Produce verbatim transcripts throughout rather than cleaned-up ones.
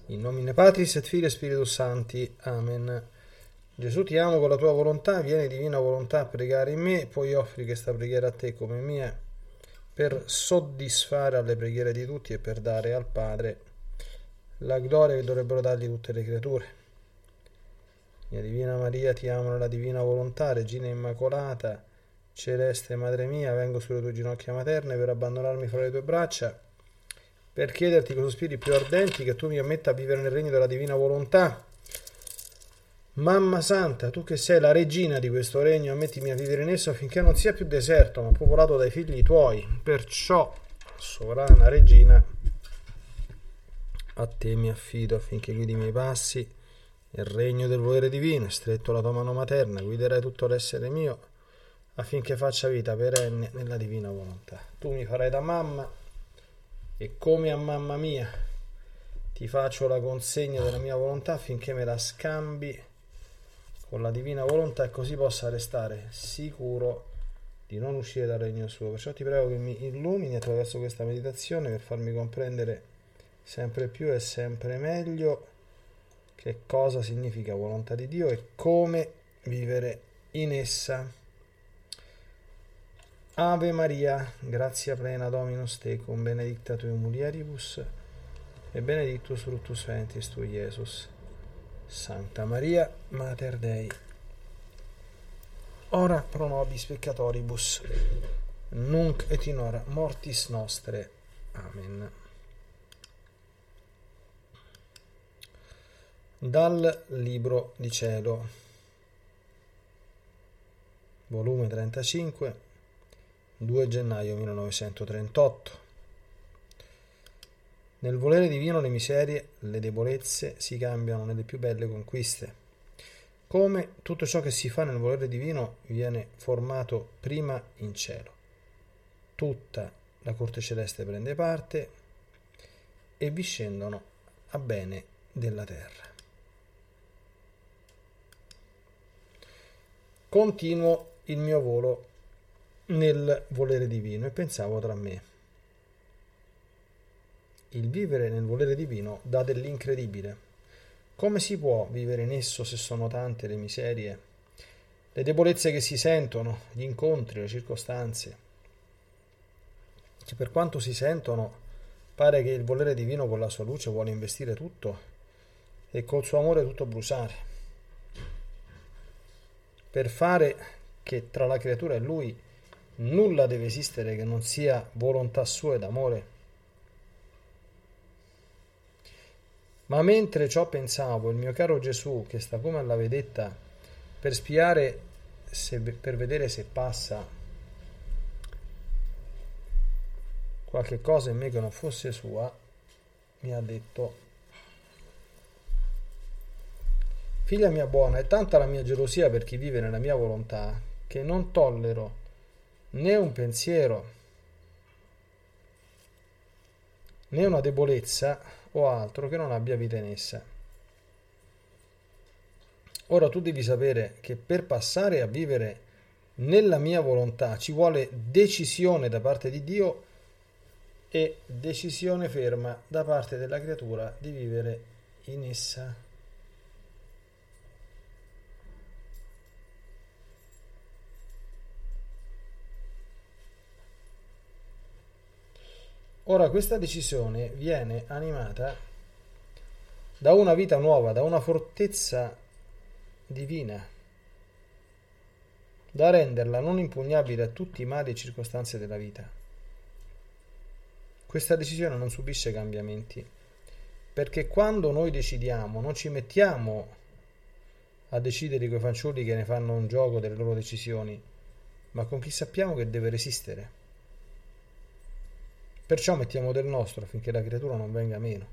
In nomine Patris et Filii et Spiritus Sancti. Amen. Gesù, ti amo con la tua volontà, vieni divina volontà a pregare in me, poi offri questa preghiera a te come mia, per soddisfare alle preghiere di tutti e per dare al Padre la gloria che dovrebbero dargli tutte le creature. Mia Divina Maria, ti amo nella divina volontà, Regina Immacolata, Celeste Madre mia, vengo sulle tue ginocchia materne per abbandonarmi fra le tue braccia, per chiederti con sospiri più ardenti che tu mi ammetta a vivere nel regno della divina volontà. Mamma Santa, tu che sei la regina di questo regno, ammettimi a vivere in esso affinché non sia più deserto, ma popolato dai figli tuoi. Perciò, sovrana regina, a te mi affido affinché guidi i miei passi nel regno del volere divino, stretto la tua mano materna, guiderai tutto l'essere mio affinché faccia vita perenne nella divina volontà. Tu mi farai da mamma e come a mamma mia ti faccio la consegna della mia volontà affinché me la scambi con la divina volontà e così possa restare sicuro di non uscire dal regno suo. Perciò ti prego che mi illumini attraverso questa meditazione per farmi comprendere sempre più e sempre meglio che cosa significa volontà di Dio e come vivere in essa. Ave Maria, grazia plena Dominus tecum, benedicta tui mulieribus e benedictus fructus ventris tui, Iesus. Santa Maria, Mater Dei, ora pro nobis peccatoribus, nunc et in hora mortis nostre. Amen. Dal Libro di Cielo, volume trentacinque, due gennaio millenovecentotrentotto. Nel volere divino le miserie, le debolezze si cambiano nelle più belle conquiste. Come tutto ciò che si fa nel volere divino viene formato prima in cielo. Tutta la corte celeste prende parte e vi scendono a bene della terra. Continuo il mio volo nel volere divino e pensavo tra me: il vivere nel volere divino dà dell'incredibile. Come si può vivere in esso se sono tante le miserie, le debolezze che si sentono, gli incontri, le circostanze, che per quanto si sentono pare che il volere divino con la sua luce vuole investire tutto e col suo amore tutto bruciare, per fare che tra la creatura e lui nulla deve esistere che non sia volontà sua ed amore. Ma mentre ciò pensavo, il mio caro Gesù, che sta come alla vedetta per spiare, se, per vedere se passa qualche cosa in me che non fosse sua, mi ha detto: figlia mia buona, è tanta la mia gelosia per chi vive nella mia volontà che non tollero né un pensiero né una debolezza o altro che non abbia vita in essa. Ora tu devi sapere che per passare a vivere nella mia volontà ci vuole decisione da parte di Dio e decisione ferma da parte della creatura di vivere in essa. Ora questa decisione viene animata da una vita nuova, da una fortezza divina, da renderla non impugnabile a tutti i mali e circostanze della vita. Questa decisione non subisce cambiamenti, perché quando noi decidiamo non ci mettiamo a decidere coi fanciulli che ne fanno un gioco delle loro decisioni, ma con chi sappiamo che deve resistere. Perciò mettiamo del nostro affinché la creatura non venga meno.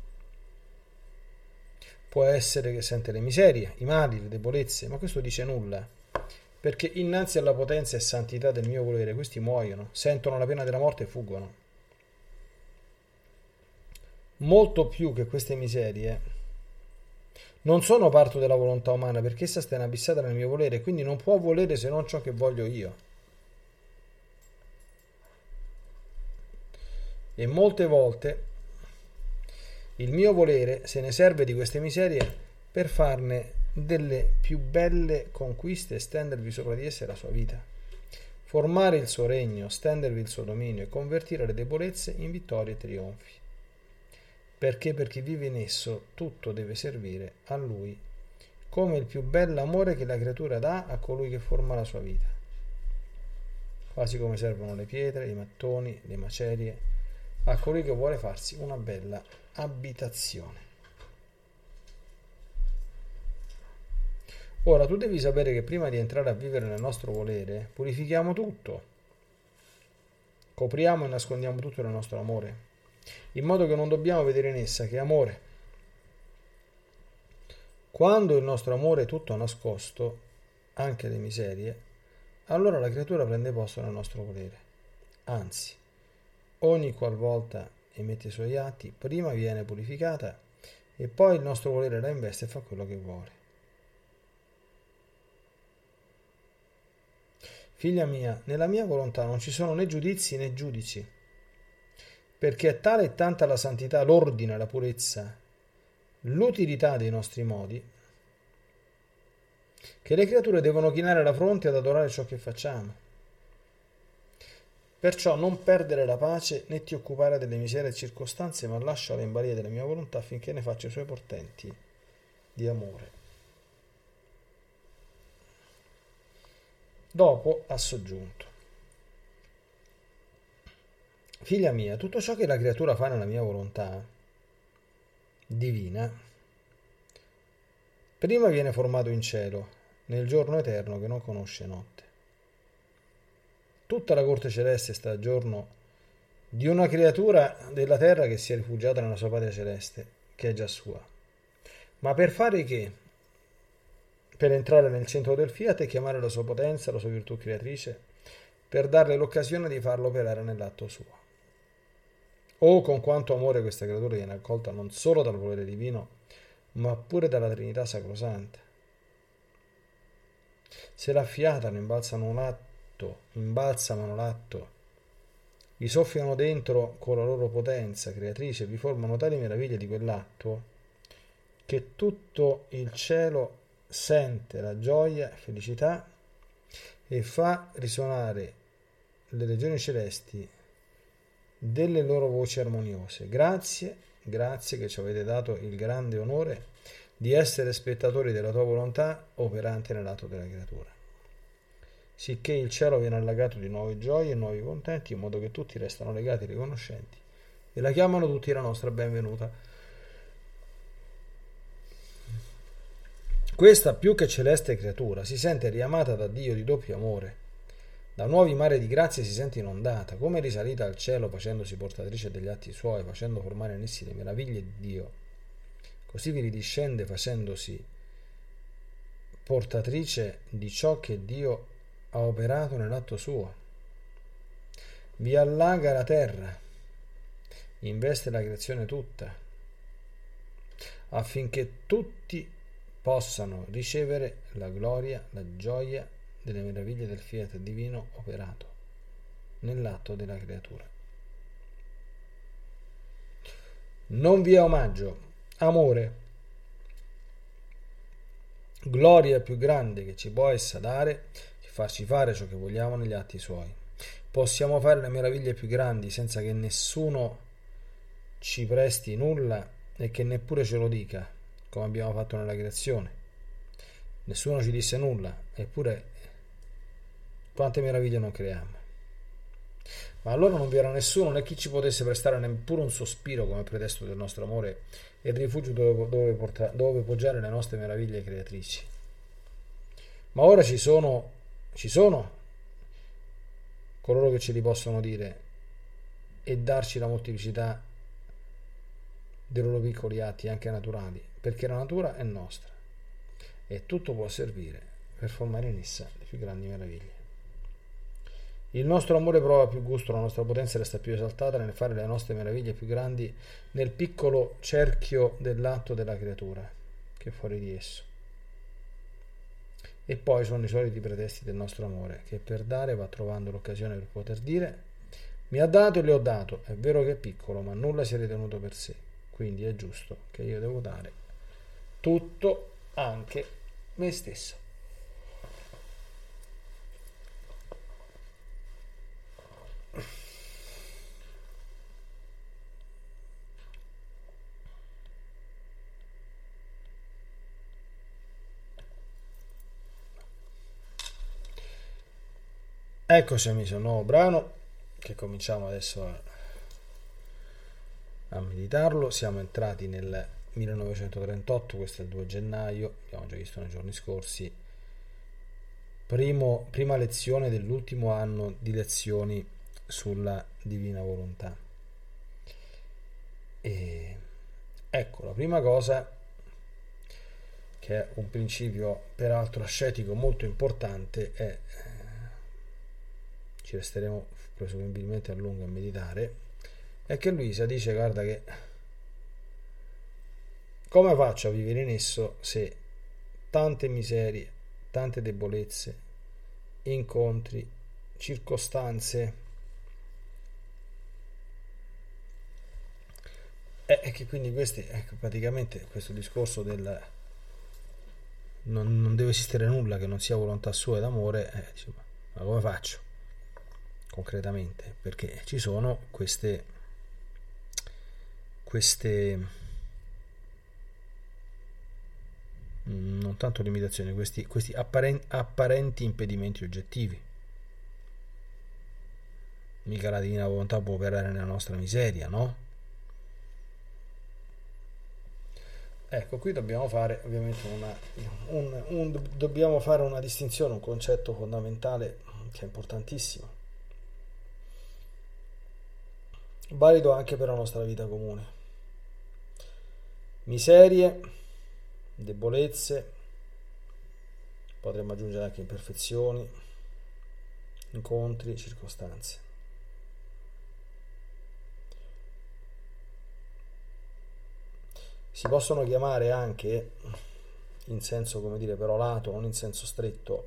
Può essere che sente le miserie, i mali, le debolezze, ma questo dice nulla, perché innanzi alla potenza e santità del mio volere questi muoiono, sentono la pena della morte e fuggono. Molto più che queste miserie non sono parto della volontà umana, perché essa sta inabissata nel mio volere, quindi non può volere se non ciò che voglio io. E molte volte Il mio volere se ne serve di queste miserie per farne delle più belle conquiste e stendervi sopra di esse la sua vita, formare il suo regno, stendervi il suo dominio e convertire le debolezze in vittorie e trionfi. Perché per chi vive in esso tutto deve servire a lui come il più bell'amore che la creatura dà a colui che forma la sua vita, quasi come servono le pietre, i mattoni, le macerie a colui che vuole farsi una bella abitazione. Ora tu devi sapere che prima di entrare a vivere nel nostro volere purifichiamo tutto, copriamo e nascondiamo tutto nel nostro amore, in modo che non dobbiamo vedere in essa che amore. Quando il nostro amore è tutto nascosto, anche le miserie, allora la creatura prende posto nel nostro volere. Anzi, ogni qualvolta emette i suoi atti, prima viene purificata e poi il nostro volere la investe e fa quello che vuole. Figlia mia, nella mia volontà non ci sono né giudizi né giudici, perché è tale e tanta la santità, l'ordine, la purezza, l'utilità dei nostri modi, che le creature devono chinare la fronte ad adorare ciò che facciamo. Perciò non perdere la pace né ti occupare delle miserie e circostanze, ma lasciala in balia della mia volontà affinché ne faccia i suoi portenti di amore. Dopo ha soggiunto: figlia mia, tutto ciò che la creatura fa nella mia volontà divina prima viene formato in cielo, nel giorno eterno che non conosce notte. Tutta la corte celeste sta a giorno di una creatura della terra che si è rifugiata nella sua patria celeste, che è già sua. Ma per fare che? Per entrare nel centro del fiat e chiamare la sua potenza, la sua virtù creatrice, per darle l'occasione di farlo operare nell'atto suo. Oh, con quanto amore questa creatura viene accolta non solo dal volere divino, ma pure dalla Trinità Sacrosanta. Se la affiatano, imbalzano l'atto, imbalsamano l'atto, vi soffiano dentro con la loro potenza creatrice, vi formano tali meraviglie di quell'atto che tutto il cielo sente la gioia e felicità e fa risuonare le regioni celesti delle loro voci armoniose. Grazie, grazie che ci avete dato il grande onore di essere spettatori della tua volontà operante nell'atto della creatura, sicché il cielo viene allagato di nuove gioie e nuovi contenti, in modo che tutti restano legati e riconoscenti e la chiamano tutti la nostra benvenuta. Questa più che celeste creatura si sente riamata da Dio di doppio amore, da nuovi mari di grazia si sente inondata, come risalita al cielo facendosi portatrice degli atti suoi, facendo formare in essi le meraviglie di Dio, così vi ridiscende facendosi portatrice di ciò che Dio ha operato nell'atto suo. Vi allaga la terra, investe la creazione tutta, affinché tutti possano ricevere la gloria, la gioia delle meraviglie del fiat divino operato nell'atto della creatura. Non vi è omaggio, amore, gloria più grande che ci può essa dare che farci fare ciò che vogliamo negli atti suoi. Possiamo fare le meraviglie più grandi senza che nessuno ci presti nulla e che neppure ce lo dica, come abbiamo fatto nella creazione. Nessuno ci disse nulla, eppure quante meraviglie non creiamo. Ma allora non vi era nessuno né chi ci potesse prestare neppure un sospiro come pretesto del nostro amore e il rifugio dove, dove, porta, dove poggiare le nostre meraviglie creatrici. Ma ora ci sono, ci sono coloro che ce li possono dire e darci la molteplicità dei loro piccoli atti anche naturali, perché la natura è nostra e tutto può servire per formare in essa le più grandi meraviglie. Il nostro amore prova più gusto, la nostra potenza resta più esaltata nel fare le nostre meraviglie più grandi nel piccolo cerchio dell'atto della creatura che fuori di esso. E poi sono i soliti pretesti del nostro amore, che per dare va trovando l'occasione per poter dire: mi ha dato e le ho dato, è vero che è piccolo, ma nulla si è ritenuto per sé. quindi è giusto che io devo dare tutto, anche me stesso. Eccoci amici, un nuovo brano che cominciamo adesso a, a meditarlo. Siamo entrati nel millenovecentotrentotto, questo è il due gennaio, abbiamo già visto nei giorni scorsi, primo, prima lezione dell'ultimo anno di lezioni sulla divina volontà. E ecco, la prima cosa, che è un principio peraltro ascetico molto importante, è ci resteremo presumibilmente a lungo a meditare, è che Luisa dice: guarda che come faccio a vivere in esso se tante miserie, tante debolezze, incontri, circostanze, e eh, che quindi questi, ecco, praticamente questo discorso del non, non deve esistere nulla che non sia volontà sua ed amore, eh, dice, ma come faccio concretamente? Perché ci sono queste queste non tanto limitazioni, questi, questi apparenti, apparenti impedimenti oggettivi. Mica la divina volontà può operare nella nostra miseria, no? Ecco, qui dobbiamo fare ovviamente una un, un, dobbiamo fare una distinzione, un concetto fondamentale che è importantissimo, valido anche per la nostra vita comune. Miserie, debolezze, potremmo aggiungere anche imperfezioni, incontri, circostanze. Si possono chiamare anche, in senso, come dire, però lato, non in senso stretto,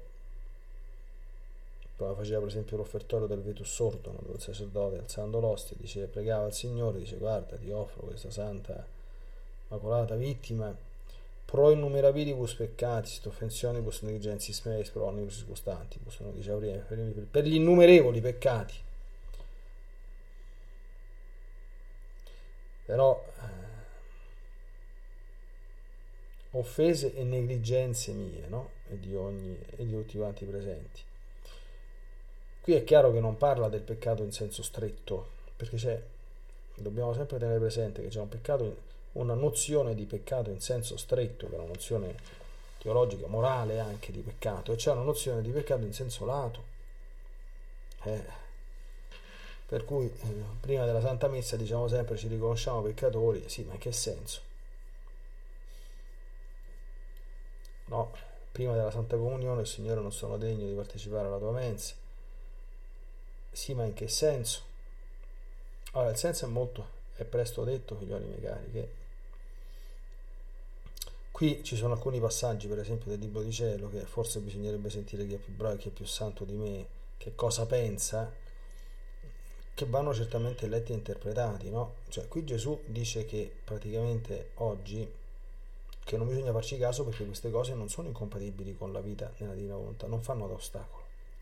come faceva per esempio l'offertorio del Vetus Sordo, dove il sacerdote, alzando l'ostia, dice, pregava al Signore, dice: guarda, ti offro questa santa immacolata vittima pro innumerabilibus peccati, sit offensionibus negligentis meis pro omnibus circostantibus, no? Diceva prima, per gli innumerevoli peccati. Però eh, offese e negligenze mie, no? E di ogni e di tutti quanti presenti. Qui è chiaro che non parla del peccato in senso stretto, perché c'è, dobbiamo sempre tenere presente che c'è un peccato, una nozione di peccato in senso stretto, che è una nozione teologica, morale anche di peccato, e c'è una nozione di peccato in senso lato. Eh, per cui eh, prima della Santa Messa diciamo sempre ci riconosciamo peccatori, sì, ma in che senso? No, prima della Santa Comunione, il Signore, non sono degno di partecipare alla tua mensa. Sì, ma in che senso? Allora, il senso è molto, è presto detto, figlioli miei cari, che qui ci sono alcuni passaggi, per esempio del Libro di Cielo, che forse bisognerebbe sentire chi è più bravo, chi è più santo di me, che cosa pensa, che vanno certamente letti e interpretati, no? Cioè, qui Gesù dice che praticamente oggi che non bisogna farci caso, perché queste cose non sono incompatibili con la vita nella divina volontà, non fanno da ostacolo.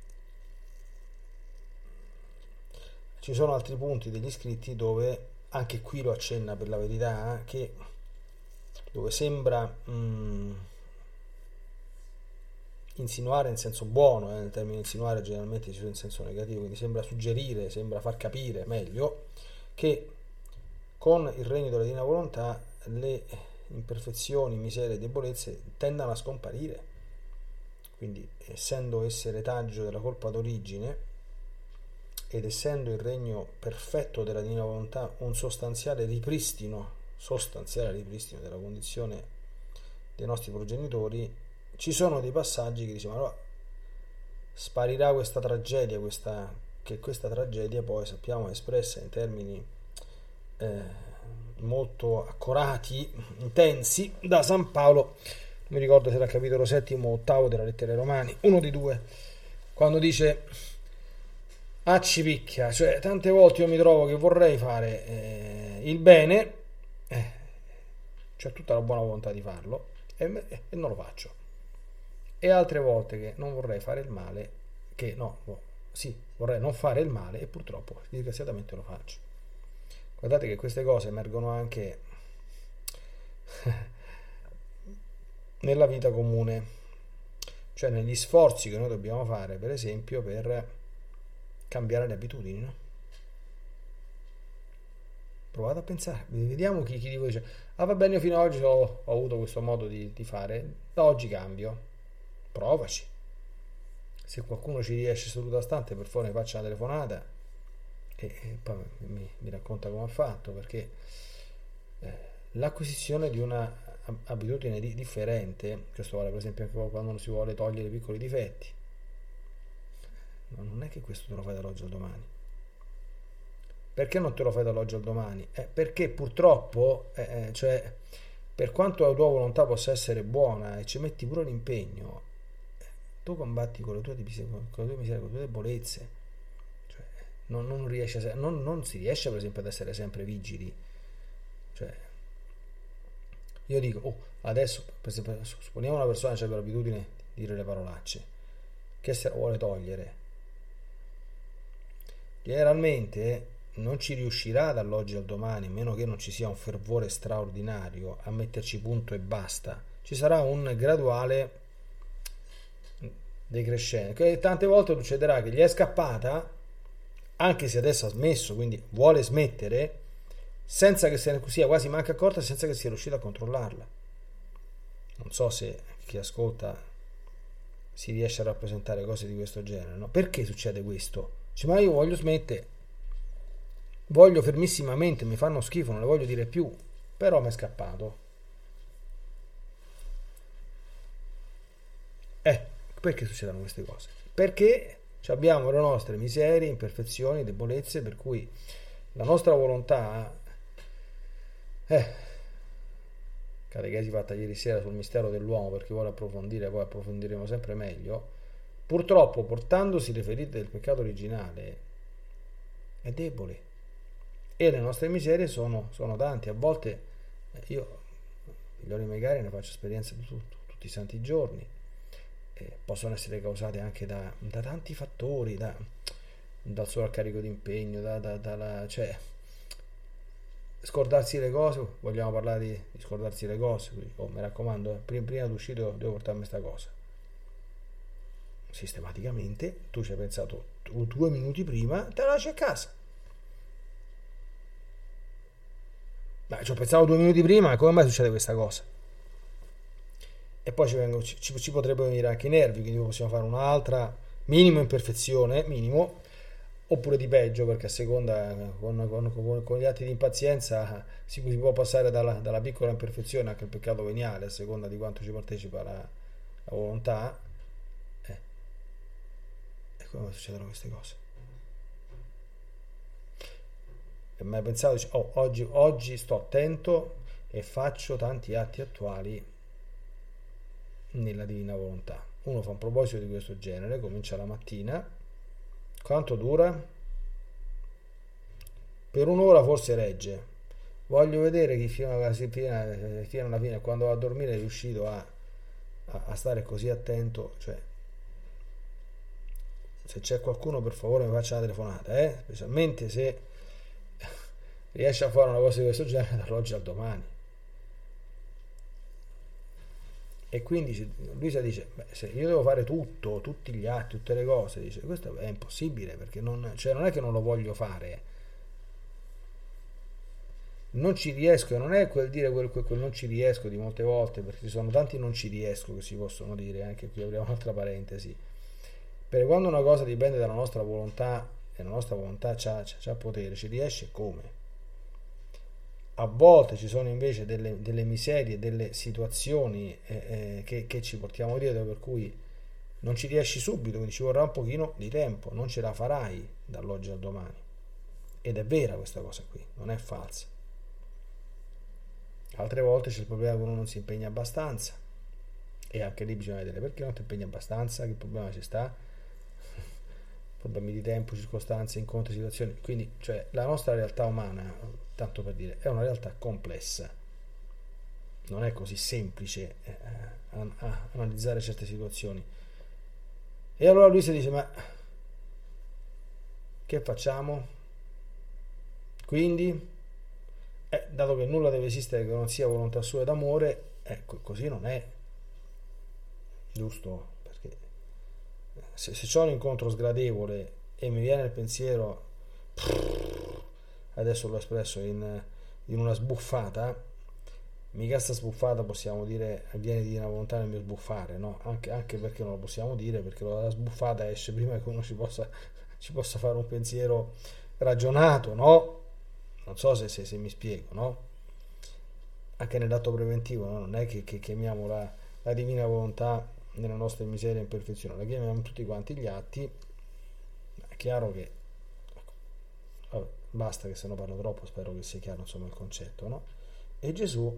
Ci sono altri punti degli scritti dove anche qui lo accenna, per la verità, che dove sembra mh, insinuare in senso buono, eh, il termine insinuare generalmente si usa in senso negativo, quindi sembra suggerire, sembra far capire meglio che con il regno della divina volontà le imperfezioni, miserie e debolezze tendano a scomparire, quindi essendo esse retaggio della colpa d'origine ed essendo il regno perfetto della divina volontà un sostanziale ripristino sostanziale ripristino della condizione dei nostri progenitori, ci sono dei passaggi che dicono: allora sparirà questa tragedia, questa, che questa tragedia poi sappiamo è espressa in termini eh, molto accorati, intensi, da San Paolo, mi ricordo se era il capitolo settimo o ottavo della lettera ai Romani, uno di due, quando dice: accipicchia, cioè tante volte io mi trovo che vorrei fare eh, il bene, eh, c'ho tutta la buona volontà di farlo e, e non lo faccio, e altre volte che non vorrei fare il male, che no, sì, vorrei non fare il male e purtroppo disgraziatamente lo faccio. Guardate che queste cose emergono anche nella vita comune, cioè negli sforzi che noi dobbiamo fare, per esempio, per cambiare le abitudini, no? Provate a pensare, vediamo chi, chi di voi dice: ah, va bene, io fino ad oggi ho, ho avuto questo modo di, di fare, da oggi cambio. Provaci. Se qualcuno ci riesce seduto a stante, per favore faccia una telefonata e, e poi mi, mi racconta come ha fatto, perché eh, l'acquisizione di una abitudine di, differente, questo vale per esempio anche quando si vuole togliere piccoli difetti, ma non è che questo te lo fai dall'oggi al domani. Perché non te lo fai dall'oggi al domani? Eh, perché purtroppo, eh, cioè, per quanto la tua volontà possa essere buona e ci metti pure l'impegno, eh, tu combatti con le tue, con le tue miserie, con le tue debolezze. Cioè, non, non, riesce a, non, non si riesce per esempio ad essere sempre vigili. Cioè, io dico, oh, adesso, per esempio, supponiamo una persona che ha l'abitudine di dire le parolacce, che se la vuole togliere. Generalmente non ci riuscirà dall'oggi al domani, a meno che non ci sia un fervore straordinario a metterci punto e basta. Ci sarà un graduale decrescendo, che tante volte succederà che gli è scappata, anche se adesso ha smesso, quindi vuole smettere, senza che se ne sia quasi manca accorta, senza che sia riuscito a controllarla. Non so se chi ascolta si riesce a rappresentare cose di questo genere, no? Perché succede questo? Dice, ma io voglio smettere, voglio fermissimamente, mi fanno schifo, non le voglio dire più, però mi è scappato. Eh, perché succedono queste cose? Perché abbiamo le nostre miserie, imperfezioni, debolezze, per cui la nostra volontà, eh, catechesi fatta ieri sera sul mistero dell'uomo, per chi vuole approfondire, poi approfondiremo sempre meglio, purtroppo portandosi le ferite del peccato originale è debole, e le nostre miserie sono, sono tante. A volte io, figlioli miei cari, ne faccio esperienza tutti, tutti i santi giorni, eh, possono essere causate anche da, da tanti fattori, da, dal sovraccarico di impegno, da, da, dalla, cioè scordarsi le cose. Vogliamo parlare di, di scordarsi le cose, quindi, oh, mi raccomando, eh, prima, prima di uscire devo portarmi questa cosa. Sistematicamente tu ci hai pensato due minuti prima, te la lasci a casa. Ma ci ho pensato due minuti prima, come mai succede questa cosa? E poi ci, vengo, ci, ci potrebbero venire anche i nervi, quindi possiamo fare un'altra minimo imperfezione, minimo, oppure di peggio, perché a seconda, con, con, con, con gli atti di impazienza si, si può passare dalla, dalla piccola imperfezione anche al peccato veniale, a seconda di quanto ci partecipa la, la volontà. Eh. E come succedono queste cose? E mai pensato, dice, oh, oggi, oggi sto attento e faccio tanti atti attuali nella divina volontà. Uno fa un proposito di questo genere, comincia la mattina. Quanto dura? Per un'ora forse regge. Voglio vedere chi fino alla fine, fino alla fine, quando va a dormire, è riuscito a, a, a stare così attento. Cioè, se c'è qualcuno, per favore mi faccia una telefonata, eh? Specialmente se riesce a fare una cosa di questo genere dall'oggi al domani. E quindi Luisa dice, beh, se io devo fare tutto, tutti gli atti, tutte le cose, dice, questo è impossibile, perché non, cioè non è che non lo voglio fare, non ci riesco, e non è quel dire quel, quel, quel non ci riesco di molte volte, perché ci sono tanti non ci riesco che si possono dire, anche qui apriamo un'altra parentesi, perché quando una cosa dipende dalla nostra volontà e la nostra volontà c'ha, c'ha, c'ha potere, ci riesce come? A volte ci sono invece delle, delle miserie, delle situazioni eh, eh, che, che ci portiamo dietro, per cui non ci riesci subito, quindi ci vorrà un pochino di tempo, non ce la farai dall'oggi al domani. Ed è vera questa cosa qui, non è falsa. Altre volte c'è il problema che uno non si impegna abbastanza, e anche lì bisogna vedere perché non ti impegni abbastanza, che problema ci sta. problemi di tempo, circostanze, incontri, situazioni. Quindi, cioè, la nostra realtà umana, tanto per dire, è una realtà complessa. Non è così semplice eh, a, a analizzare certe situazioni. E allora lui si dice, ma che facciamo? Quindi, eh, dato che nulla deve esistere che non sia volontà sua ed amore, ecco, così non è. Giusto? Perché se, se c'è un incontro sgradevole e mi viene il pensiero, adesso l'ho espresso in, in una sbuffata, mica sta sbuffata possiamo dire avviene di una volontà nel mio sbuffare, no? Anche, anche perché non lo possiamo dire, perché la sbuffata esce prima che uno ci possa, ci possa fare un pensiero ragionato, no? Non so se, se, se mi spiego, no? Anche nell'atto preventivo, no? Non è che, che chiamiamo la, la divina volontà nelle nostre miserie e imperfezioni, la chiamiamo in tutti quanti gli atti. È chiaro che ecco, vabbè, basta che se no parlo troppo, spero che sia chiaro insomma il concetto, no? E Gesù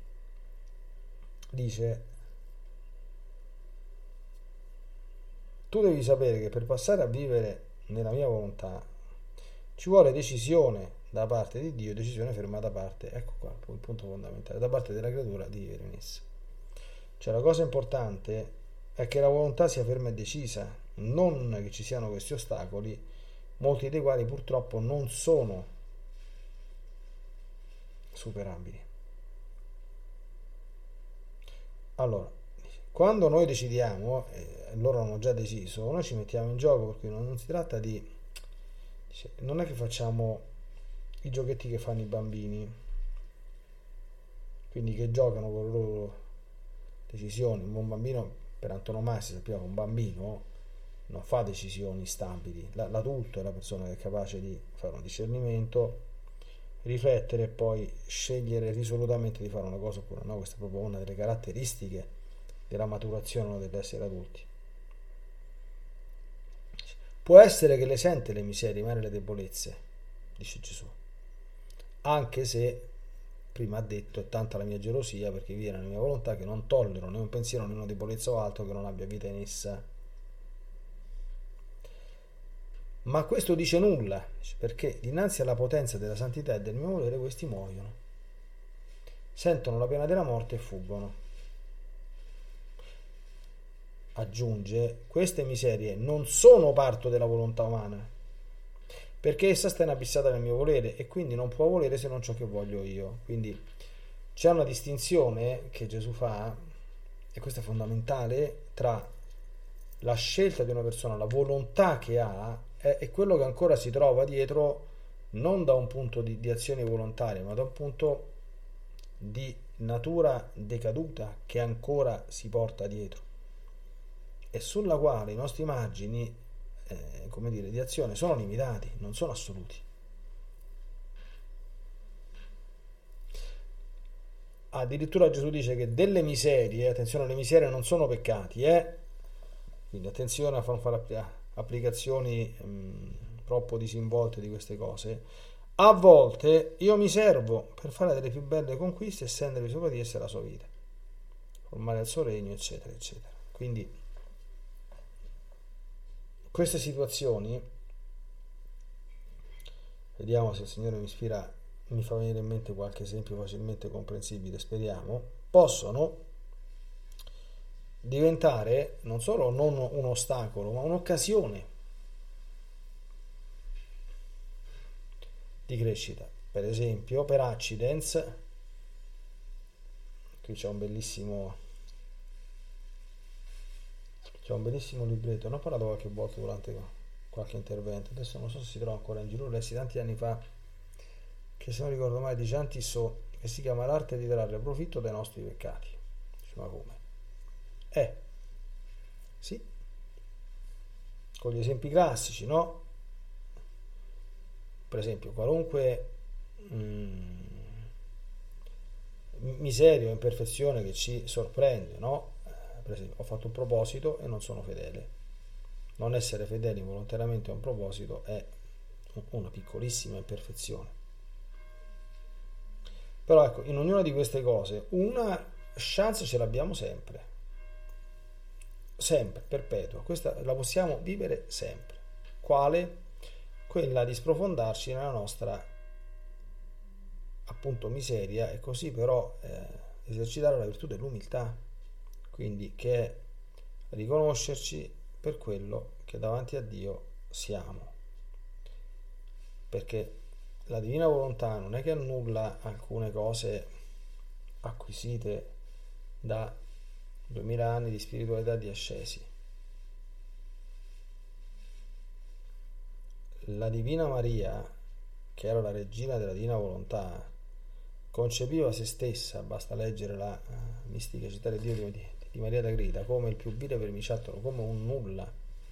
dice: tu devi sapere che per passare a vivere nella mia volontà ci vuole decisione da parte di Dio, decisione ferma da parte, ecco qua il punto fondamentale, da parte della creatura di vivere in essa. Cioè la cosa importante è che la volontà sia ferma e decisa, non che ci siano questi ostacoli, molti dei quali purtroppo non sono superabili. Allora, quando noi decidiamo, eh, loro hanno già deciso, noi ci mettiamo in gioco, perché non, non si tratta di... Dice, non è che facciamo i giochetti che fanno i bambini, quindi che giocano con le loro decisioni. Un buon bambino, per antonomasia, sappiamo che un bambino non fa decisioni stabili. L'adulto è la persona che è capace di fare un discernimento, riflettere e poi scegliere risolutamente di fare una cosa oppure no. Questa è proprio una delle caratteristiche della maturazione dell'essere adulti. Può essere che le sente le miserie, ma le debolezze, dice Gesù, anche se prima ha detto è tanta la mia gelosia perché viene la mia volontà che non tollero né un pensiero né una debolezza o altro che non abbia vita in essa. Ma questo dice nulla, perché dinanzi alla potenza della santità e del mio volere questi muoiono, sentono la pena della morte e fuggono. Aggiunge, queste miserie non sono parto della volontà umana, perché essa sta inabissata nel mio volere e quindi non può volere se non ciò che voglio io. Quindi c'è una distinzione che Gesù fa, e questa è fondamentale, tra la scelta di una persona, la volontà che ha e quello che ancora si trova dietro, non da un punto di, di azione volontaria, ma da un punto di natura decaduta che ancora si porta dietro e sulla quale i nostri margini eh, come dire, di azione sono limitati, non sono assoluti. Addirittura Gesù dice che delle miserie, attenzione, le miserie non sono peccati, eh? Quindi attenzione a non fare applicazioni mh, troppo disinvolte di queste cose. A volte io mi servo per fare delle più belle conquiste e stendere sopra di esse la sua vita, formare il suo regno, eccetera, eccetera. Quindi queste situazioni, vediamo se il Signore mi ispira, mi fa venire in mente qualche esempio facilmente comprensibile, speriamo, possono diventare non solo non un ostacolo, ma un'occasione di crescita. Per esempio, per accidents, qui c'è un bellissimo c'è un bellissimo libretto, ne ho parlato qualche volta durante qualche intervento, adesso non so se si trova ancora in giro, l'ho lessi tanti anni fa, che se non ricordo mai, di Jean Tissot, che si chiama L'arte di trarre profitto dai nostri peccati. Dice, ma come? Eh, sì, con gli esempi classici, no? Per esempio, qualunque mm, miseria o imperfezione che ci sorprende, no? Per esempio, ho fatto un proposito e non sono fedele. Non essere fedeli volontariamente a un proposito è una piccolissima imperfezione. Però ecco, in ognuna di queste cose una chance ce l'abbiamo sempre. Sempre, perpetua. Questa la possiamo vivere sempre. Quale? Quella di sprofondarci nella nostra appunto miseria e così però eh, esercitare la virtù dell'umiltà, quindi che è riconoscerci per quello che davanti a Dio siamo, perché la divina volontà non è che annulla alcune cose acquisite da duemila anni di spiritualità di ascesi. La Divina Maria, che era la regina della divina volontà, concepiva se stessa, basta leggere la uh, mistica città di Dio di, di Maria d'Agreda, come il più vile vermiciattolo, come un nulla.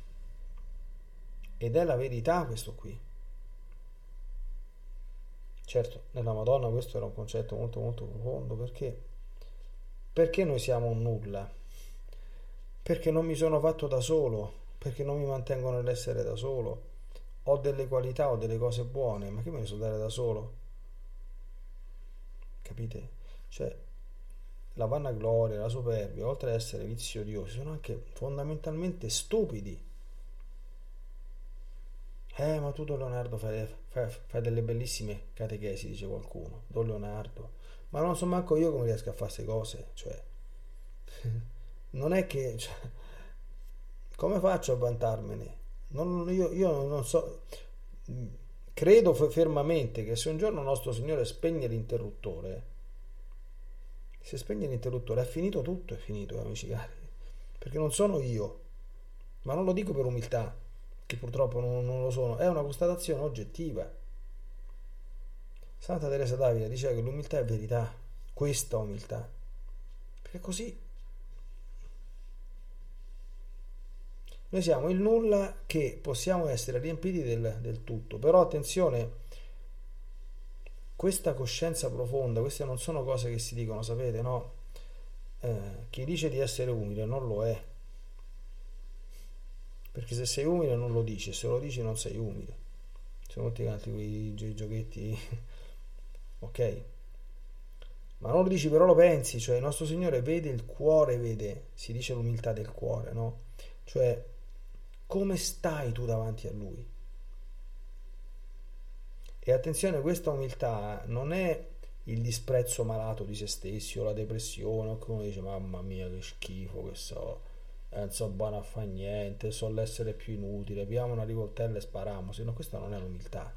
Ed è la verità questo qui. Certo, nella Madonna questo era un concetto molto molto profondo, perché perché noi siamo un nulla? Perché non mi sono fatto da solo, perché non mi mantengo nell'essere da solo. Ho delle qualità, ho delle cose buone, ma che me ne so dare da solo? Capite? Cioè, la vanagloria, la superbia, oltre ad essere vizi odiosi, sono anche fondamentalmente stupidi. Eh, ma tu, Don Leonardo, fai, fai, fai delle bellissime catechesi, dice qualcuno. Don Leonardo. Ma non so manco io come riesco a fare queste cose. Cioè, non è che... Cioè, come faccio a vantarmene? Non, io, io non so... Credo fermamente che se un giorno nostro Signore spegne l'interruttore, se spegne l'interruttore è finito tutto, è finito, amici cari. Perché non sono io. Ma non lo dico per umiltà, che purtroppo non, non lo sono, è una constatazione oggettiva. Santa Teresa d'Avila diceva che l'umiltà è verità, questa umiltà, perché è così. Noi siamo il nulla che possiamo essere riempiti del, del tutto, però attenzione, questa coscienza profonda, queste non sono cose che si dicono, sapete, no? Eh, chi dice di essere umile non lo è. Perché se sei umile non lo dici, se lo dici non sei umile. Sono tutti quanti quei giochetti, ok? Ma non lo dici, però lo pensi, cioè il nostro Signore vede il cuore, vede, si dice l'umiltà del cuore, no? Cioè, come stai tu davanti a Lui? E attenzione, questa umiltà non è il disprezzo malato di se stessi o la depressione, o che uno dice, mamma mia che schifo che so, non so buono a fa niente, so l'essere più inutile, pigliamo una rivoltella e spariamo. Se no, questa non è l'umiltà,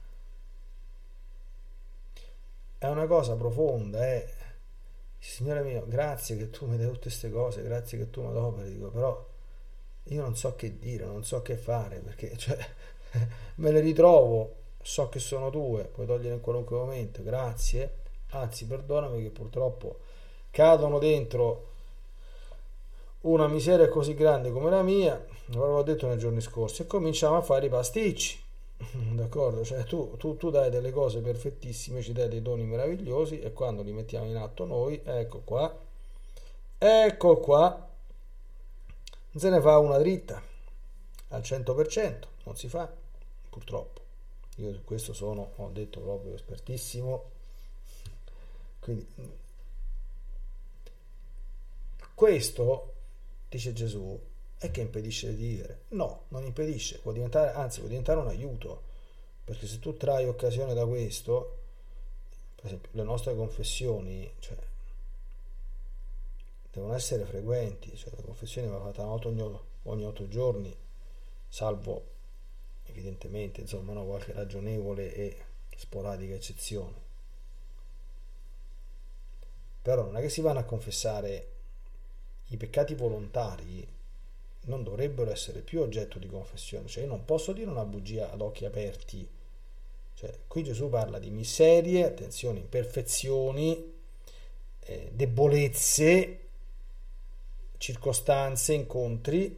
è una cosa profonda. È Signore mio, grazie che tu mi dai tutte queste cose, grazie che tu mi adoperi, dico, però io non so che dire, non so che fare, perché cioè, me le ritrovo, so che sono tue, puoi togliere in qualunque momento, grazie, anzi perdonami che purtroppo cadono dentro una miseria così grande come la mia, l'avevo detto nei giorni scorsi, e cominciamo a fare i pasticci, d'accordo? Cioè tu, tu, tu dai delle cose perfettissime, ci dai dei doni meravigliosi, e quando li mettiamo in atto noi, ecco qua, ecco qua, non se ne fa una dritta al cento per cento, non si fa, purtroppo. Io su questo sono, ho detto, proprio espertissimo. Quindi questo, dice Gesù, è che impedisce di vivere? No, non impedisce, può diventare, anzi può diventare un aiuto, perché se tu trai occasione da questo, per esempio le nostre confessioni, cioè, devono essere frequenti, cioè la confessione va fatta ogni, ogni otto giorni, salvo evidentemente insomma no, qualche ragionevole e sporadica eccezione. Però non è che si vanno a confessare i peccati volontari, non dovrebbero essere più oggetto di confessione, cioè io non posso dire una bugia ad occhi aperti, cioè qui Gesù parla di miserie, attenzione, imperfezioni, eh, debolezze, circostanze, incontri,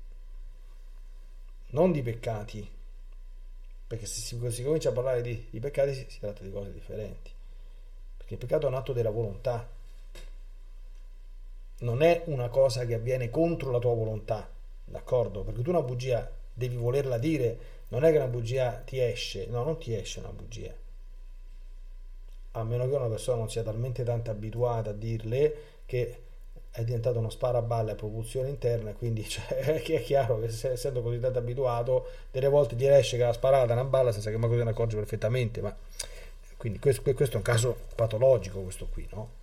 non di peccati, perché se si, si comincia a parlare di, di peccati si, si tratta di cose differenti, perché il peccato è un atto della volontà, non è una cosa che avviene contro la tua volontà, d'accordo? Perché tu una bugia devi volerla dire, non è che una bugia ti esce, no, non ti esce una bugia, a meno che una persona non sia talmente tanto abituata a dirle che è diventato uno sparaballe a propulsione interna, quindi cioè, è chiaro che se, essendo così tanto abituato, delle volte ti esce che la sparata è una balla senza che mai così ne accorgi perfettamente, ma quindi questo, questo è un caso patologico, questo qui, no?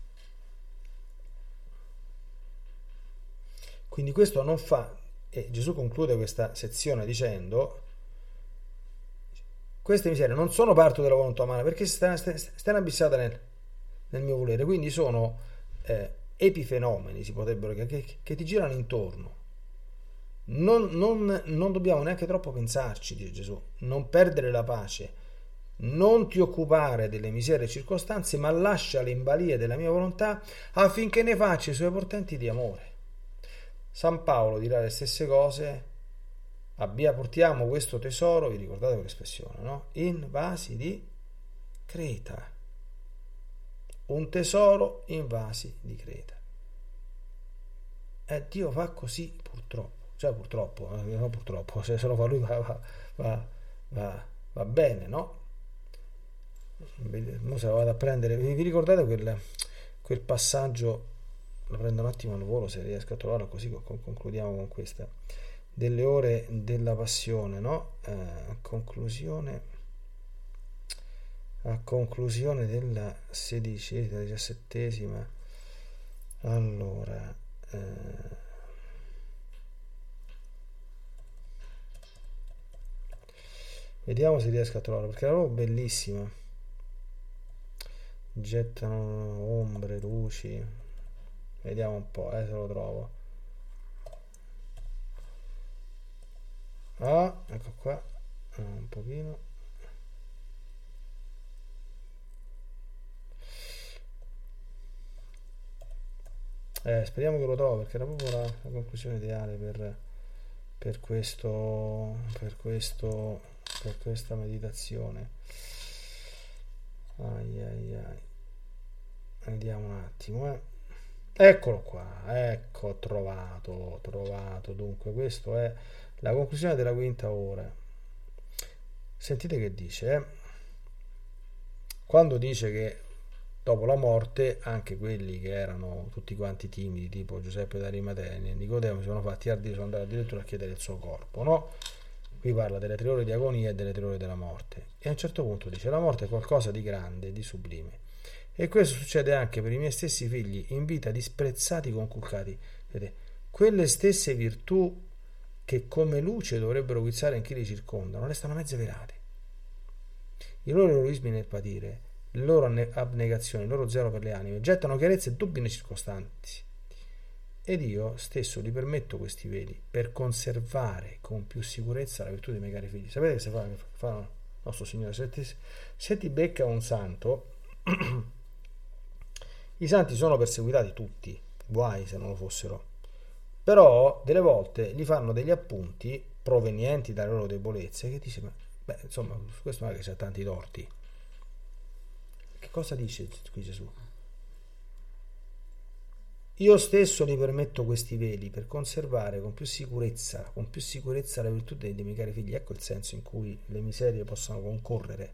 Quindi questo non fa, e Gesù conclude questa sezione dicendo: queste miserie non sono parte della volontà umana perché stanno, stanno abissate nel, nel mio volere, quindi sono eh, epifenomeni, si potrebbero che, che, che ti girano intorno. Non, non, non dobbiamo neanche troppo pensarci, dice Gesù, non perdere la pace, non ti occupare delle miserie circostanze, ma lascia le in balia della mia volontà affinché ne faccia i suoi portenti di amore. San Paolo dirà le stesse cose: abbia, portiamo questo tesoro, vi ricordate quell'espressione, no? In vasi di creta. Un tesoro in vasi di creta. E Dio fa così, purtroppo. Cioè purtroppo, non purtroppo, se lo fa lui va, va, va, va bene, no? Ora se la vado a prendere, vi ricordate quel, quel passaggio? Lo prendo un attimo al volo se riesco a trovarlo, così concludiamo con questa, delle ore della passione, no? Eh, a conclusione a conclusione della sedicesima, diciassettesima, allora eh, vediamo se riesco a trovarlo, perché era proprio bellissima. Gettano ombre, luci, vediamo un po', eh, se lo trovo. Ah, ecco qua, un pochino. Eh, speriamo che lo trovo, perché era proprio la, la conclusione ideale per, per questo, per questo, per questa meditazione. Ai ai ai. Vediamo un attimo, eh. Eccolo qua, ecco, ho trovato, ho trovato. Dunque, questo è la conclusione della quinta ora. Sentite che dice, eh? Quando dice che dopo la morte anche quelli che erano tutti quanti timidi, tipo Giuseppe d'Arimatea e Nicodemo, si sono fatti ardire, sono andati addirittura a chiedere il suo corpo, no? Qui parla delle tre ore di agonia e delle tre ore della morte, e a un certo punto dice: la morte è qualcosa di grande, di sublime, e questo succede anche per i miei stessi figli in vita disprezzati, conculcati. Vedete, quelle stesse virtù che come luce dovrebbero guizzare in chi li circondano restano mezze velate. I loro eroismi nel patire, le loro abnegazioni, il loro zelo per le anime gettano chiarezza e dubbi nei circostanti, ed io stesso li permetto questi veli per conservare con più sicurezza la virtù dei miei cari figli. Sapete che se fa, fa nostro Signore? Se ti, se ti becca un santo, i santi sono perseguitati tutti, guai se non lo fossero, però delle volte gli fanno degli appunti provenienti dalle loro debolezze che dice: ma beh, insomma, su questo non è che c'è tanti torti. Che cosa dice qui Gesù? Io stesso li permetto questi veli per conservare con più sicurezza, con più sicurezza la virtù dei, dei miei cari figli. Ecco il senso in cui le miserie possono concorrere.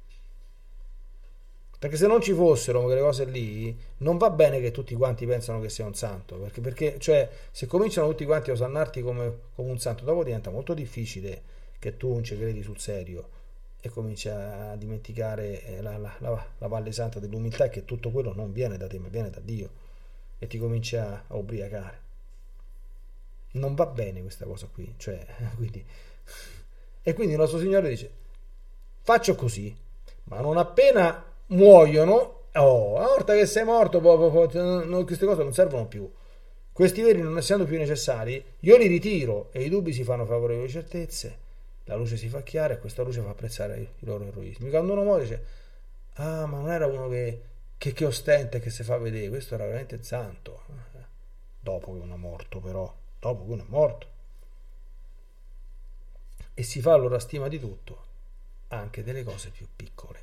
Perché se non ci fossero quelle cose lì, non va bene che tutti quanti pensano che sia un santo, perché, perché cioè, se cominciano tutti quanti a osannarti come, come un santo, dopo diventa molto difficile che tu non ci credi sul serio e cominci a dimenticare la, la, la, la valle santa dell'umiltà, e che tutto quello non viene da te ma viene da Dio, e ti cominci a, a ubriacare. Non va bene questa cosa qui, cioè, quindi, e quindi il nostro Signore dice: faccio così, ma non appena muoiono, oh, una volta che sei morto, queste cose non servono più, questi veri non essendo più necessari, io li ritiro e i dubbi si fanno favorevoli certezze, la luce si fa chiara e questa luce fa apprezzare i loro eroismi. Quando uno muore dice: ah, ma non era uno che, che, che ostenta e che si fa vedere, questo era veramente santo. Dopo che uno è morto, però, dopo che uno è morto, e si fa allora stima di tutto, anche delle cose più piccole.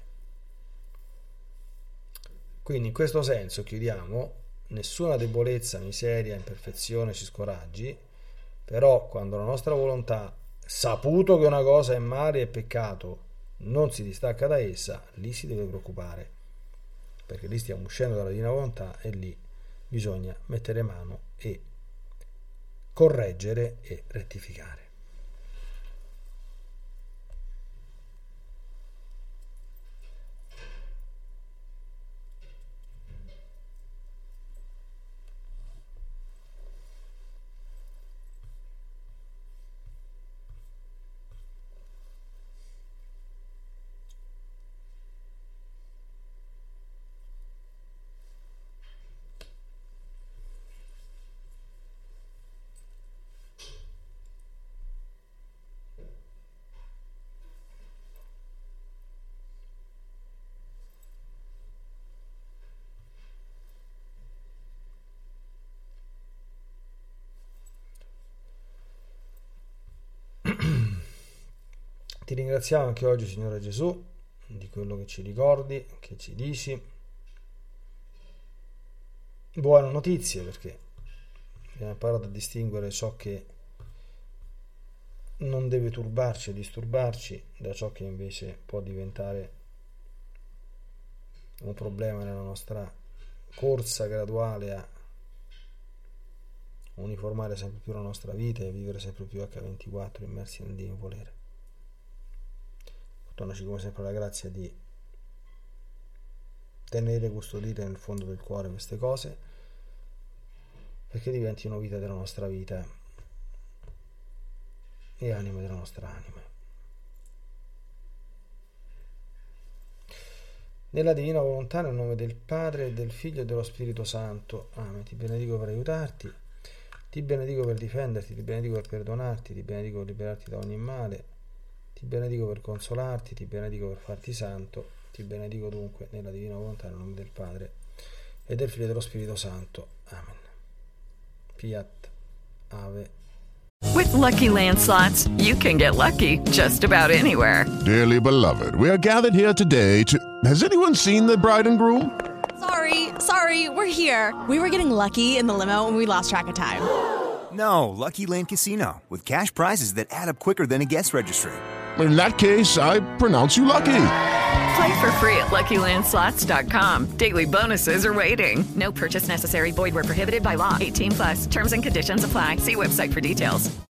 Quindi in questo senso chiudiamo: nessuna debolezza, miseria, imperfezione ci scoraggi, però quando la nostra volontà, saputo che una cosa è male e peccato, non si distacca da essa, lì si deve preoccupare, perché lì stiamo uscendo dalla divina volontà e lì bisogna mettere mano e correggere e rettificare. Ti ringraziamo anche oggi, Signore Gesù, di quello che ci ricordi, che ci dici. Buone notizie, perché abbiamo imparato a distinguere ciò che non deve turbarci e disturbarci da ciò che invece può diventare un problema nella nostra corsa graduale a uniformare sempre più la nostra vita e vivere sempre più acca ventiquattro immersi nel divino volere. Donaci come sempre la grazia di tenere e custodire nel fondo del cuore queste cose, perché diventino vita della nostra vita e anima della nostra anima. Nella divina volontà, nel nome del Padre, del Figlio e dello Spirito Santo. Amen. Ti benedico per aiutarti, ti benedico per difenderti, ti benedico per perdonarti, ti benedico per liberarti da ogni male, ti benedico per consolarti, ti benedico per farti santo, ti benedico dunque nella divina volontà, nel nome del Padre e del Figlio e dello Spirito Santo. Amen. Fiat Ave. With Lucky Land Slots, you can get lucky just about anywhere. Dearly beloved, we are gathered here today to... Has anyone seen the bride and groom? Sorry, sorry, we're here. We were getting lucky in the limo and we lost track of time. No, Lucky Land Casino, with cash prizes that add up quicker than a guest registry. In that case, I pronounce you lucky. Play for free at Lucky Land Slots dot com. Daily bonuses are waiting. No purchase necessary. Void where prohibited by law. eighteen plus. Terms and conditions apply. See website for details.